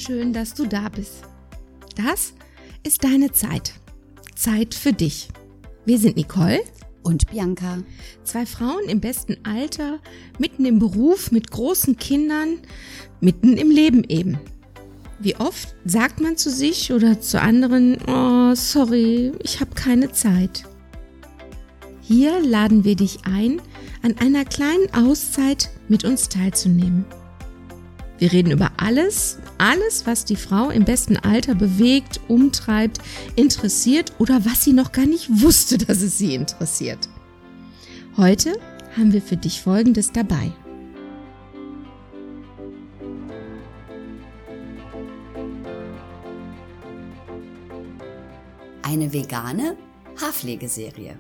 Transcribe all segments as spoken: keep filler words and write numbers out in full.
schön, dass du da bist. Das ist deine Zeit. Zeit für dich. Wir sind Nicole und Bianca. Zwei Frauen im besten Alter, mitten im Beruf, mit großen Kindern, mitten im Leben eben. Wie oft sagt man zu sich oder zu anderen, oh, sorry, ich habe keine Zeit. Hier laden wir dich ein, an einer kleinen Auszeit mit uns teilzunehmen. Wir reden über alles, alles, was die Frau im besten Alter bewegt, umtreibt, interessiert oder was sie noch gar nicht wusste, dass es sie interessiert. Heute haben wir für dich Folgendes dabei. Eine vegane Haarpflegeserie.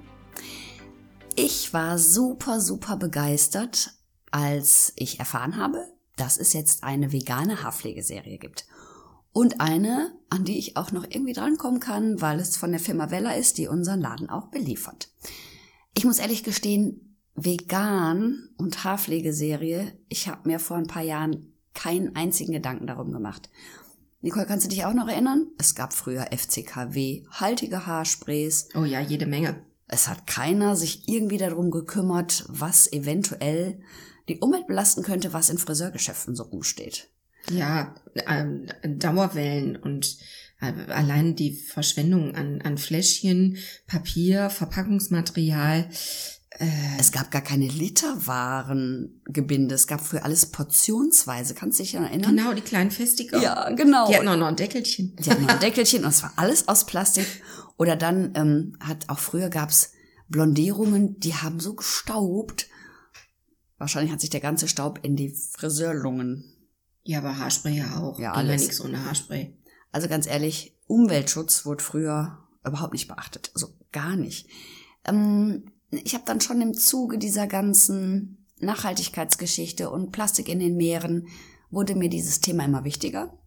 Ich war super, super begeistert, als ich erfahren habe, dass es jetzt eine vegane Haarpflegeserie gibt. Und eine, an die ich auch noch irgendwie drankommen kann, weil es von der Firma Wella ist, die unseren Laden auch beliefert. Ich muss ehrlich gestehen, vegan und Haarpflegeserie, ich habe mir vor ein paar Jahren keinen einzigen Gedanken darum gemacht. Nicole, kannst du dich auch noch erinnern? Es gab früher F C K W-haltige Haarsprays. Oh ja, jede Menge. Es hat keiner sich irgendwie darum gekümmert, was eventuell die Umwelt belasten könnte, was in Friseurgeschäften so rumsteht. Ja, ähm, Dauerwellen und äh, allein die Verschwendung an, an Fläschchen, Papier, Verpackungsmaterial. Äh, es gab gar keine Literwarengebinde. Es gab für alles portionsweise. Kannst du dich noch erinnern? Genau, die kleinen Festiger. Ja, genau. Die hatten auch noch ein Deckelchen. Die hatten noch ein Deckelchen und es war alles aus Plastik. Oder dann ähm, hat auch früher gab's Blondierungen, die haben so gestaubt. Wahrscheinlich hat sich der ganze Staub in die Friseurlungen. Ja, aber Haarspray ja auch. Ja, alles. Nichts ohne Haarspray. Also ganz ehrlich, Umweltschutz wurde früher überhaupt nicht beachtet. Also gar nicht. Ähm, ich habe dann schon im Zuge dieser ganzen Nachhaltigkeitsgeschichte und Plastik in den Meeren wurde mir dieses Thema immer wichtiger.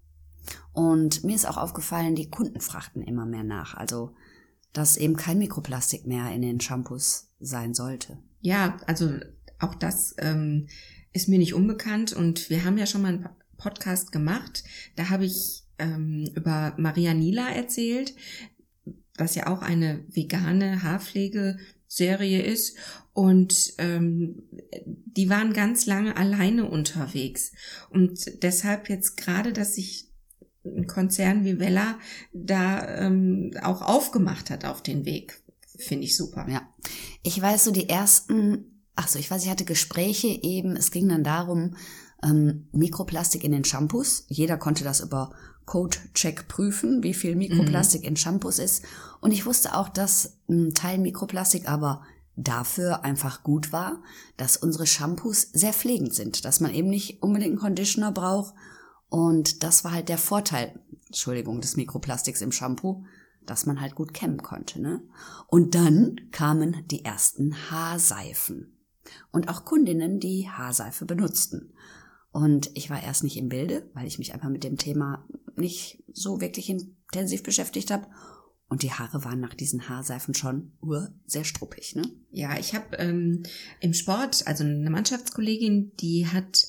Und mir ist auch aufgefallen, die Kunden frachten immer mehr nach. Also, dass eben kein Mikroplastik mehr in den Shampoos sein sollte. Ja, also auch das ähm, ist mir nicht unbekannt und wir haben ja schon mal einen Podcast gemacht. Da habe ich ähm, über Maria Nila erzählt, was ja auch eine vegane Haarpflegeserie ist und ähm, die waren ganz lange alleine unterwegs und deshalb jetzt gerade, dass sich ein Konzern wie Wella da ähm, auch aufgemacht hat auf den Weg, finde ich super. Ja, ich weiß so die ersten Ach so, ich weiß, ich hatte Gespräche eben, es ging dann darum, ähm, Mikroplastik in den Shampoos. Jeder konnte das über Code-Check prüfen, wie viel Mikroplastik mhm. in Shampoos ist. Und ich wusste auch, dass ein Teil Mikroplastik aber dafür einfach gut war, dass unsere Shampoos sehr pflegend sind, dass man eben nicht unbedingt einen Conditioner braucht. Und das war halt der Vorteil, Entschuldigung, des Mikroplastiks im Shampoo, dass man halt gut kämmen konnte, ne? Und dann kamen die ersten Haarseifen. Und auch Kundinnen, die Haarseife benutzten. Und ich war erst nicht im Bilde, weil ich mich einfach mit dem Thema nicht so wirklich intensiv beschäftigt habe. Und die Haare waren nach diesen Haarseifen schon uh, sehr struppig, ne? Ja, ich habe ähm, im Sport, also eine Mannschaftskollegin, die hat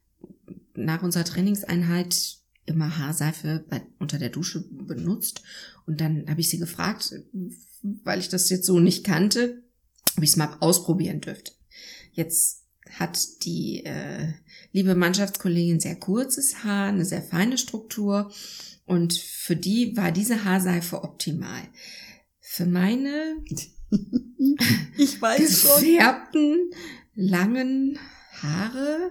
nach unserer Trainingseinheit immer Haarseife bei, unter der Dusche benutzt. Und dann habe ich sie gefragt, weil ich das jetzt so nicht kannte, ob ich es mal ausprobieren dürfte. Jetzt hat die äh, liebe Mannschaftskollegin sehr kurzes Haar, eine sehr feine Struktur und für die war diese Haarseife optimal. Für meine ich weiß schon. gefärbten, langen Haare,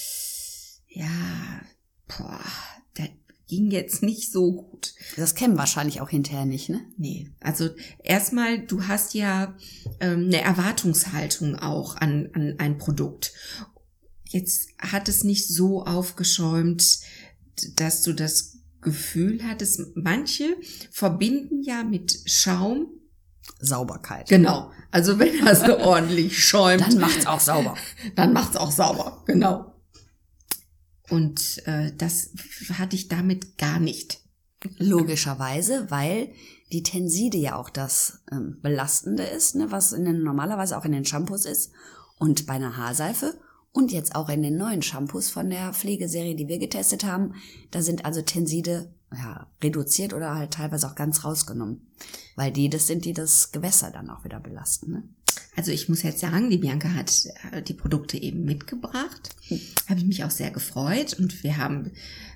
ja, boah, das ging jetzt nicht so gut. Das kennen wahrscheinlich auch hinterher nicht, ne? Nee, also erstmal, du hast ja ähm, eine Erwartungshaltung auch an, an ein Produkt. Jetzt hat es nicht so aufgeschäumt, dass du das Gefühl hattest, manche verbinden ja mit Schaum Sauberkeit. Genau, also wenn das so ordentlich schäumt. Dann macht's auch sauber. Dann macht's auch sauber, genau. Und äh, das hatte ich damit gar nicht. Logischerweise, weil die Tenside ja auch das ähm, Belastende ist, ne, was in den, normalerweise auch in den Shampoos ist und bei einer Haarseife. Und jetzt auch in den neuen Shampoos von der Pflegeserie, die wir getestet haben, da sind also Tenside ja, reduziert oder halt teilweise auch ganz rausgenommen. Weil die das sind, die das Gewässer dann auch wieder belasten. Ne? Also ich muss jetzt sagen, die Bianca hat die Produkte eben mitgebracht. Habe ich mich auch sehr gefreut. Und wir haben,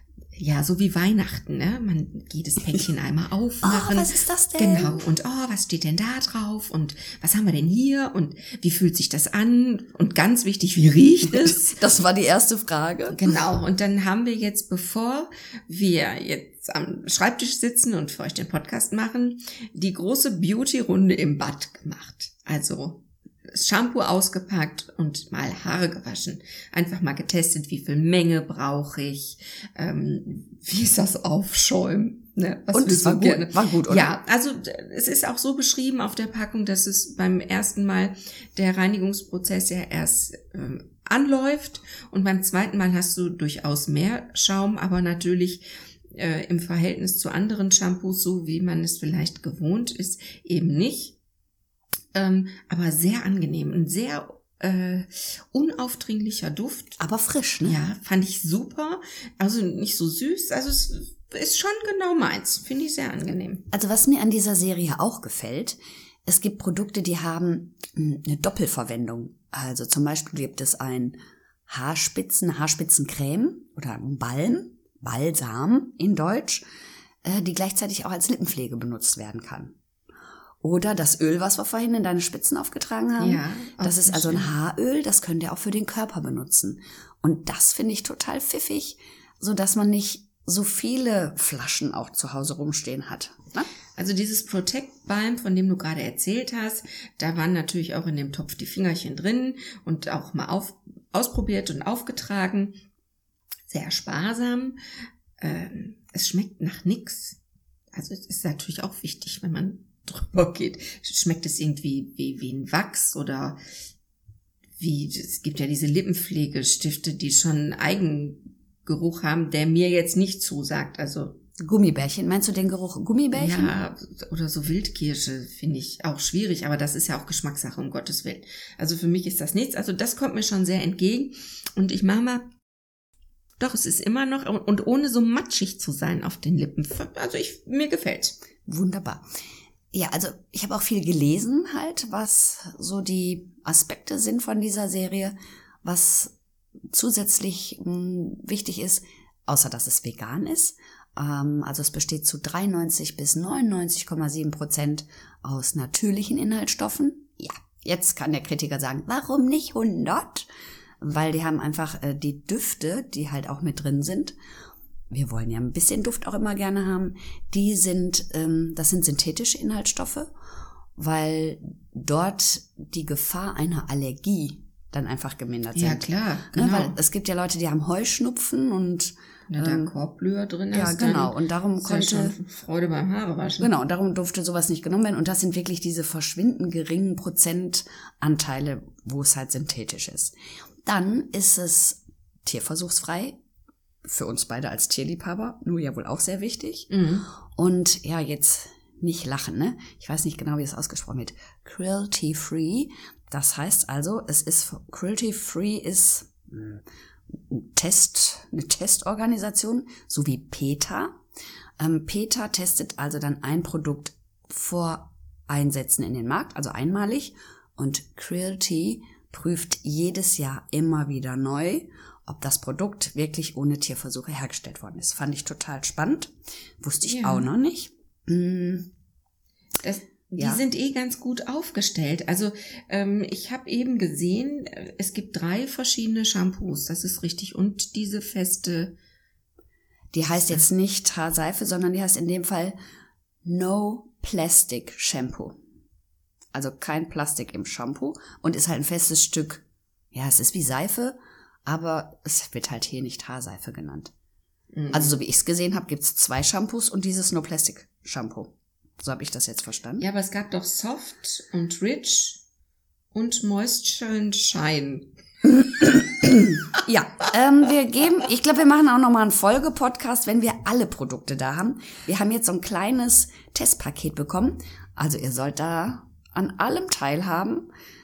ja, so wie Weihnachten, ne? Man geht das Päckchen einmal aufmachen. Oh, was ist das denn? Genau. Und oh, was steht denn da drauf? Und was haben wir denn hier? Und wie fühlt sich das an? Und ganz wichtig, wie riecht es? Das war die erste Frage. Genau. Und dann haben wir jetzt, bevor wir jetzt am Schreibtisch sitzen und für euch den Podcast machen, die große Beauty-Runde im Bad gemacht. Also Shampoo ausgepackt und mal Haare gewaschen. Einfach mal getestet, wie viel Menge brauche ich, ähm, wie ist das Aufschäumen. Ne? Was und es war, gerne? war gut, oder? Ja, also es ist auch so beschrieben auf der Packung, dass es beim ersten Mal der Reinigungsprozess ja erst ähm, anläuft und beim zweiten Mal hast du durchaus mehr Schaum, aber natürlich äh, im Verhältnis zu anderen Shampoos, so wie man es vielleicht gewohnt ist, eben nicht. Ähm, aber sehr angenehm, ein sehr äh, unaufdringlicher Duft. Aber frisch, ne? Ja, fand ich super. Also nicht so süß, also es ist schon genau meins. Finde ich sehr angenehm. Also was mir an dieser Serie auch gefällt, es gibt Produkte, die haben eine Doppelverwendung. Also zum Beispiel gibt es ein Haarspitzen, Haarspitzencreme oder ein Balm, Balsam in Deutsch, äh, die gleichzeitig auch als Lippenpflege benutzt werden kann. Oder das Öl, was wir vorhin in deine Spitzen aufgetragen haben. Ja, das ist also ein Haaröl, das könnt ihr auch für den Körper benutzen. Und das finde ich total pfiffig, so dass man nicht so viele Flaschen auch zu Hause rumstehen hat. Ne? Also dieses Protect Balm, von dem du gerade erzählt hast, da waren natürlich auch in dem Topf die Fingerchen drin und auch mal auf, ausprobiert und aufgetragen. Sehr sparsam. Ähm, es schmeckt nach nix. Also es ist natürlich auch wichtig, wenn man drüber geht. Schmeckt es irgendwie wie, wie ein Wachs oder wie, es gibt ja diese Lippenpflegestifte, die schon einen Eigengeruch haben, der mir jetzt nicht zusagt. Also Gummibärchen, meinst du den Geruch Gummibärchen? Ja, oder so Wildkirsche finde ich auch schwierig, aber das ist ja auch Geschmackssache, um Gottes Willen. Also für mich ist das nichts. Also das kommt mir schon sehr entgegen. Und ich mache mal, doch, es ist immer noch, und ohne so matschig zu sein auf den Lippen. Also ich, mir gefällt's. Wunderbar. Ja, also ich habe auch viel gelesen halt, was so die Aspekte sind von dieser Serie, was zusätzlich mh, wichtig ist, außer dass es vegan ist. Ähm, also es besteht zu dreiundneunzig bis neunundneunzig Komma sieben Prozent aus natürlichen Inhaltsstoffen. Ja, jetzt kann der Kritiker sagen, warum nicht hundert? Weil die haben einfach äh, die Düfte, die halt auch mit drin sind. Wir wollen ja ein bisschen Duft auch immer gerne haben. Die sind, ähm, das sind synthetische Inhaltsstoffe, weil dort die Gefahr einer Allergie dann einfach gemindert sind. Ja, klar, genau. Ne, weil es gibt ja Leute, die haben Heuschnupfen und ja, der ähm, Korbblüher drin ist. Ja, genau. Und darum ist konnte ja schon Freude beim Haarewaschen. Genau. Und darum durfte sowas nicht genommen werden. Und das sind wirklich diese verschwindend geringen Prozentanteile, wo es halt synthetisch ist. Dann ist es tierversuchsfrei. Für uns beide als Tierliebhaber, nur ja wohl auch sehr wichtig. Mhm. Und ja, jetzt nicht lachen, ne? Ich weiß nicht genau, wie es ausgesprochen wird. Cruelty-free. Das heißt also, es ist, Cruelty-free ist ein Test, eine Testorganisation, so wie PETA. Ähm, PETA testet also dann ein Produkt vor Einsätzen in den Markt, also einmalig. Und Cruelty prüft jedes Jahr immer wieder neu, ob das Produkt wirklich ohne Tierversuche hergestellt worden ist. Fand ich total spannend. Wusste ich ja auch noch nicht. Hm. Das, die ja. sind eh ganz gut aufgestellt. Also ähm, ich habe eben gesehen, es gibt drei verschiedene Shampoos. Das ist richtig. Und diese feste... Die heißt jetzt nicht Haarseife, sondern die heißt in dem Fall No Plastic Shampoo. Also kein Plastik im Shampoo und ist halt ein festes Stück. Ja, es ist wie Seife, aber es wird halt hier nicht Haarseife genannt. Mhm. Also so wie ich es gesehen habe, gibt es zwei Shampoos und dieses No Plastic Shampoo. So habe ich das jetzt verstanden. Ja, aber es gab doch Soft und Rich und Moisture and Shine. Ja, ähm, wir geben, ich glaube, wir machen auch nochmal einen Folge-Podcast, wenn wir alle Produkte da haben. Wir haben jetzt so ein kleines Testpaket bekommen. Also ihr sollt da an allem teilhaben.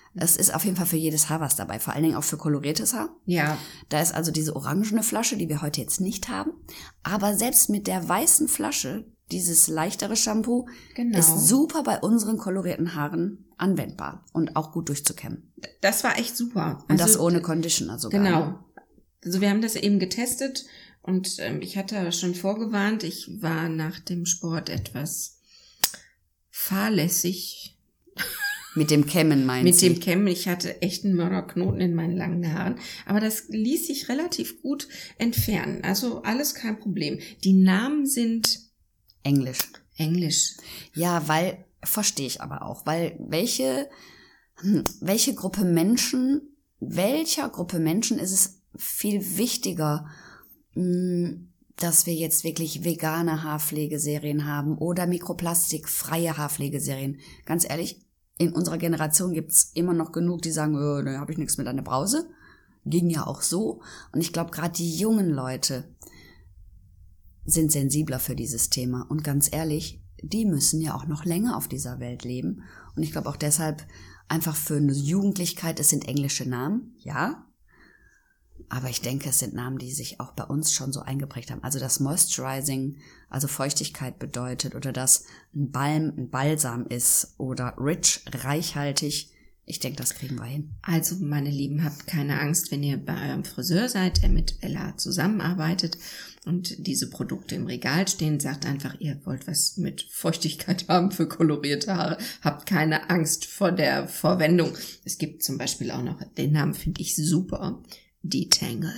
Es ist auf jeden Fall für jedes Haar was dabei, vor allen Dingen auch für koloriertes Haar. Ja. Da ist also diese orangene Flasche, die wir heute jetzt nicht haben. Aber selbst mit der weißen Flasche, dieses leichtere Shampoo, Genau. ist super bei unseren kolorierten Haaren anwendbar und auch gut durchzukämmen. Das war echt super. Und das Also, ohne Conditioner sogar. Genau. Also wir haben das eben getestet und ähm, ich hatte schon vorgewarnt, ich war nach dem Sport etwas fahrlässig. Mit dem Kämmen meinst Mit du? dem Kämmen, ich hatte echt einen Mörderknoten in meinen langen Haaren. Aber das ließ sich relativ gut entfernen. Also alles kein Problem. Die Namen sind Englisch. Englisch. Ja, weil, verstehe ich aber auch, weil welche, hm, welche Gruppe Menschen, welcher Gruppe Menschen ist es viel wichtiger, mh, dass wir jetzt wirklich vegane Haarpflegeserien haben oder mikroplastikfreie Haarpflegeserien. Ganz ehrlich, in unserer Generation gibt's immer noch genug, die sagen, äh, da habe ich nichts mit an der Brause. Ging ja auch so. Und ich glaube, gerade die jungen Leute sind sensibler für dieses Thema. Und ganz ehrlich, die müssen ja auch noch länger auf dieser Welt leben. Und ich glaube auch deshalb einfach für eine Jugendlichkeit, es sind englische Namen, ja. Aber ich denke, es sind Namen, die sich auch bei uns schon so eingeprägt haben. Also das Moisturizing, also Feuchtigkeit bedeutet, oder dass ein Balm ein Balsam ist oder rich, reichhaltig. Ich denke, das kriegen wir hin. Also, meine Lieben, habt keine Angst, wenn ihr bei eurem Friseur seid, der mit Ella zusammenarbeitet und diese Produkte im Regal stehen, sagt einfach, ihr wollt was mit Feuchtigkeit haben für kolorierte Haare. Habt keine Angst vor der Verwendung. Es gibt zum Beispiel auch noch, den Namen finde ich super, Detangle.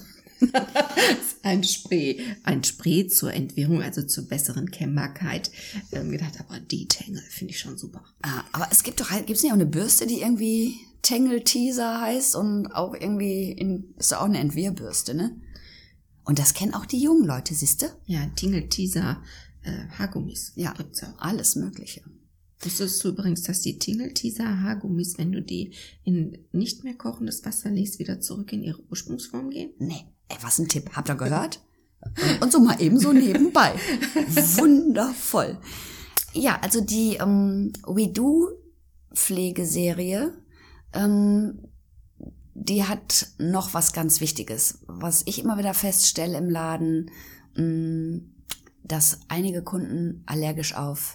Ein Spray, ein Spray zur Entwirrung, also zur besseren Kämmbarkeit. Ähm, gedacht, aber Detangle finde ich schon super. Ah, aber es gibt doch, gibt's nicht auch eine Bürste, die irgendwie Tangle Teaser heißt und auch irgendwie, in, ist doch auch eine Entwirrbürste, ne? Und das kennen auch die jungen Leute, siehste? Ja, Tingle Teaser äh, Haargummis Ja, gibt's auch. alles Mögliche. Wusstest du übrigens, dass die Tingle Teaser Haargummis, wenn du die in nicht mehr kochendes Wasser legst, wieder zurück in ihre Ursprungsform gehen? Nee, ey, was ein Tipp. Habt ihr gehört? Und so mal eben so nebenbei. Wundervoll. Ja, also die ähm, WeDo-Pflegeserie, ähm, die hat noch was ganz Wichtiges. Was ich immer wieder feststelle im Laden, mh, dass einige Kunden allergisch auf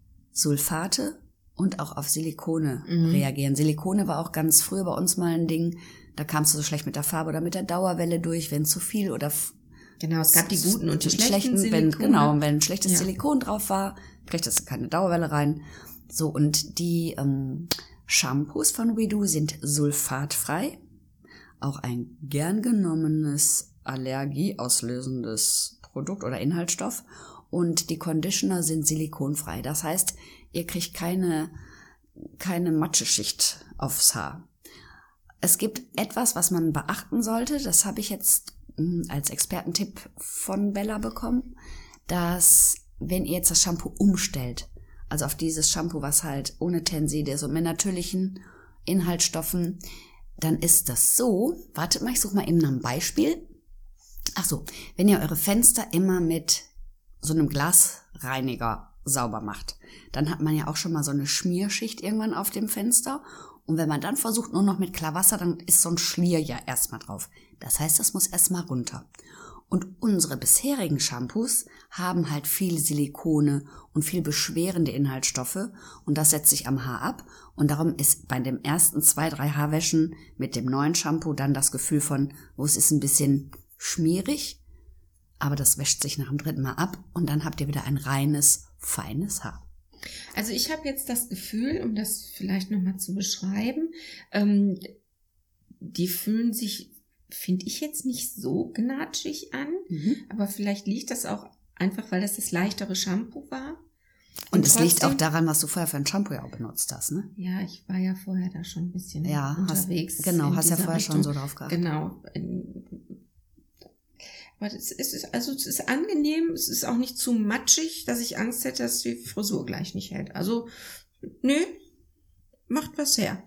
Sulfate und auch auf Silikone mhm. reagieren. Silikone war auch ganz früher bei uns mal ein Ding. Da kamst du so schlecht mit der Farbe oder mit der Dauerwelle durch, wenn zu viel oder genau, es gab die guten und die schlechten, schlechten Silikone. Wenn, genau, wenn schlechtes ja. Silikon drauf war, kriegtest du keine Dauerwelle rein. So, und die ähm, Shampoos von WeDo sind sulfatfrei. Auch ein gern genommenes allergieauslösendes Produkt oder Inhaltsstoff. Und die Conditioner sind silikonfrei. Das heißt, ihr kriegt keine, keine Matscheschicht aufs Haar. Es gibt etwas, was man beachten sollte. Das habe ich jetzt als Expertentipp von Bella bekommen, dass wenn ihr jetzt das Shampoo umstellt, also auf dieses Shampoo, was halt ohne Tensid ist und mit natürlichen Inhaltsstoffen, dann ist das so, wartet mal, ich suche mal eben nach einem Beispiel. Ach so, wenn ihr eure Fenster immer mit so einem Glasreiniger sauber macht, dann hat man ja auch schon mal so eine Schmierschicht irgendwann auf dem Fenster. Und wenn man dann versucht, nur noch mit Klarwasser, dann ist so ein Schlier ja erstmal drauf. Das heißt, das muss erstmal runter. Und unsere bisherigen Shampoos haben halt viel Silikone und viel beschwerende Inhaltsstoffe. Und das setzt sich am Haar ab. Und darum ist bei dem ersten zwei, drei Haarwäschen mit dem neuen Shampoo dann das Gefühl von, wo es ist ein bisschen schmierig. Aber das wäscht sich nach dem dritten Mal ab. Und dann habt ihr wieder ein reines, feines Haar. Also ich habe jetzt das Gefühl, um das vielleicht nochmal zu beschreiben, ähm, die fühlen sich, finde ich jetzt nicht so gnatschig an, mhm. aber vielleicht liegt das auch einfach, weil das das leichtere Shampoo war. Und, Und es trotzdem, liegt auch daran, was du vorher für ein Shampoo ja auch benutzt hast, ne? Ja, ich war ja vorher da schon ein bisschen ja, unterwegs. Hast, genau, hast ja vorher Richtung. schon so drauf gehabt. Genau. Aber es ist, also es ist angenehm, es ist auch nicht zu matschig, dass ich Angst hätte, dass die Frisur gleich nicht hält. Also, nö, macht was her.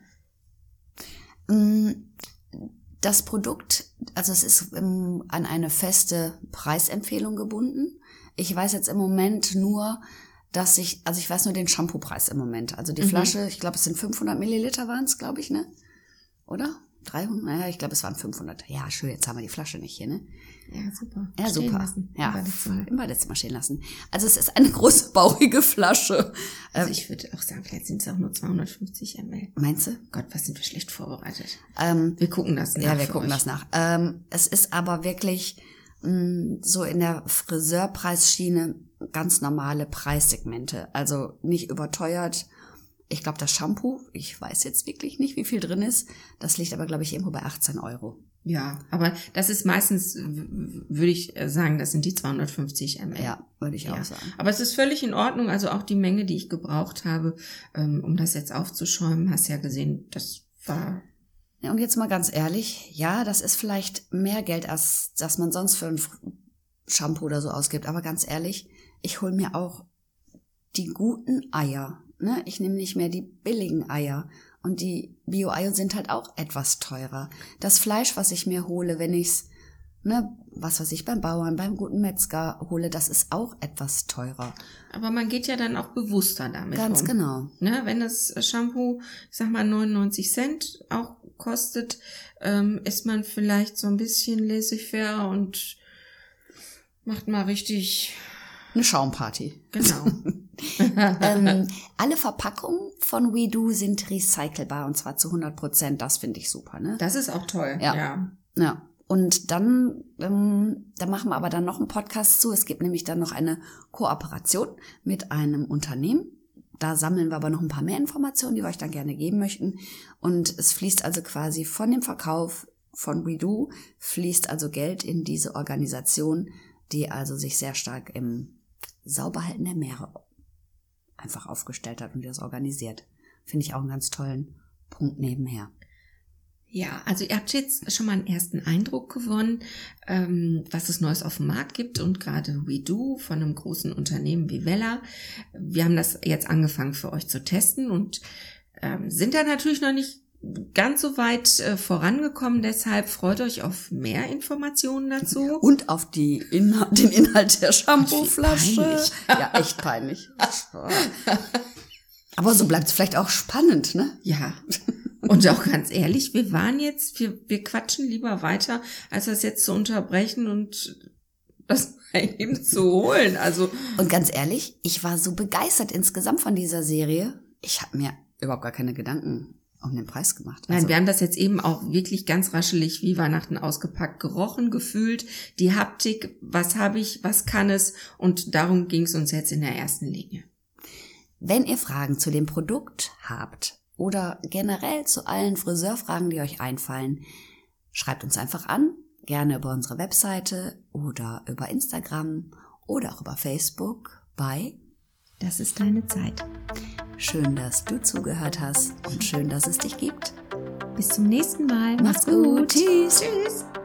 Das Produkt, also es ist an eine feste Preisempfehlung gebunden. Ich weiß jetzt im Moment nur, dass ich, also ich weiß nur den Shampoo-Preis im Moment. Also die Mhm. Flasche, ich glaube, es sind fünfhundert Milliliter waren es, glaube ich, ne? Oder? dreihundert? Naja, ich glaube, es waren fünfhundert. Ja, schön, jetzt haben wir die Flasche nicht hier, ne? Ja, super. Ja, Stehen super. lassen. Ja, Im Badezimmer. im Badezimmer stehen lassen. Also es ist eine große, bauchige Flasche. Also Ähm, ich würde auch sagen, vielleicht sind es auch nur zweihundertfünfzig Milliliter. meinst du? Gott, was sind wir schlecht vorbereitet. Ähm, Wir gucken das nach. ja, wir für gucken euch. das nach. Ähm, es ist aber wirklich mh, so in der Friseurpreisschiene ganz normale Preissegmente. Also nicht überteuert. Ich glaube, das Shampoo, ich weiß jetzt wirklich nicht, wie viel drin ist. Das liegt aber, glaube ich, irgendwo bei achtzehn Euro. Ja, aber das ist meistens, w- würde ich sagen, das sind die zweihundertfünfzig Milliliter. Ja, würde ich Ja. auch sagen. Aber es ist völlig in Ordnung. Also auch die Menge, die ich gebraucht habe, ähm, um das jetzt aufzuschäumen, hast ja gesehen, das war... Ja, und jetzt mal ganz ehrlich, ja, das ist vielleicht mehr Geld, als dass man sonst für ein Shampoo oder so ausgibt. Aber ganz ehrlich, ich hole mir auch die guten Eier. Ne? Ich nehme nicht mehr die billigen Eier. Und die Bio-Eier sind halt auch etwas teurer. Das Fleisch, was ich mir hole, wenn ich's, ne, was weiß ich, beim Bauern, beim guten Metzger hole, das ist auch etwas teurer. Aber man geht ja dann auch bewusster damit Ganz um. genau. Ne, wenn das Shampoo, ich sag mal, neunundneunzig Cent auch kostet, ähm, ist man vielleicht so ein bisschen laissez-faire und macht mal richtig, Eine Schaumparty. genau. ähm, alle Verpackungen von WeDo sind recycelbar und zwar zu hundert Prozent. Das finde ich super, ne? Das ist auch toll. Ja. Ja. Ja. Und dann, ähm, da machen wir aber dann noch einen Podcast zu. Es gibt nämlich dann noch eine Kooperation mit einem Unternehmen. Da sammeln wir aber noch ein paar mehr Informationen, die wir euch dann gerne geben möchten. Und es fließt also quasi von dem Verkauf von WeDo, fließt also Geld in diese Organisation, die also sich sehr stark im Sauberhalten der Meere einfach aufgestellt hat und das organisiert. Finde ich auch einen ganz tollen Punkt nebenher. Ja, also ihr habt jetzt schon mal einen ersten Eindruck gewonnen, ähm, was es Neues auf dem Markt gibt und gerade WeDo von einem großen Unternehmen wie Wella. Wir haben das jetzt angefangen für euch zu testen und ähm, sind da natürlich noch nicht ganz so weit äh, vorangekommen. Deshalb freut euch auf mehr Informationen dazu. Und auf die Inha- den Inhalt der Shampooflasche. Peinlich. Ja, echt peinlich. Aber so bleibt es vielleicht auch spannend, ne? Ja, und auch ganz ehrlich, wir waren jetzt, wir, wir quatschen lieber weiter, als das jetzt zu unterbrechen und das mal eben zu holen. Also Und ganz ehrlich, ich war so begeistert insgesamt von dieser Serie. Ich habe mir überhaupt gar keine Gedanken um den Preis gemacht. Nein, Also, wir haben das jetzt eben auch wirklich ganz raschelig wie Weihnachten ausgepackt, gerochen, gefühlt, die Haptik, was habe ich, was kann es und darum ging es uns jetzt in der ersten Linie. wenn ihr Fragen zu dem Produkt habt oder generell zu allen Friseurfragen, die euch einfallen, schreibt uns einfach an, gerne über unsere Webseite oder über Instagram oder auch über Facebook bei Das ist deine Zeit. Schön, dass du zugehört hast und schön, dass es dich gibt. Bis zum nächsten Mal. Macht's gut. Tschüss. Tschüss.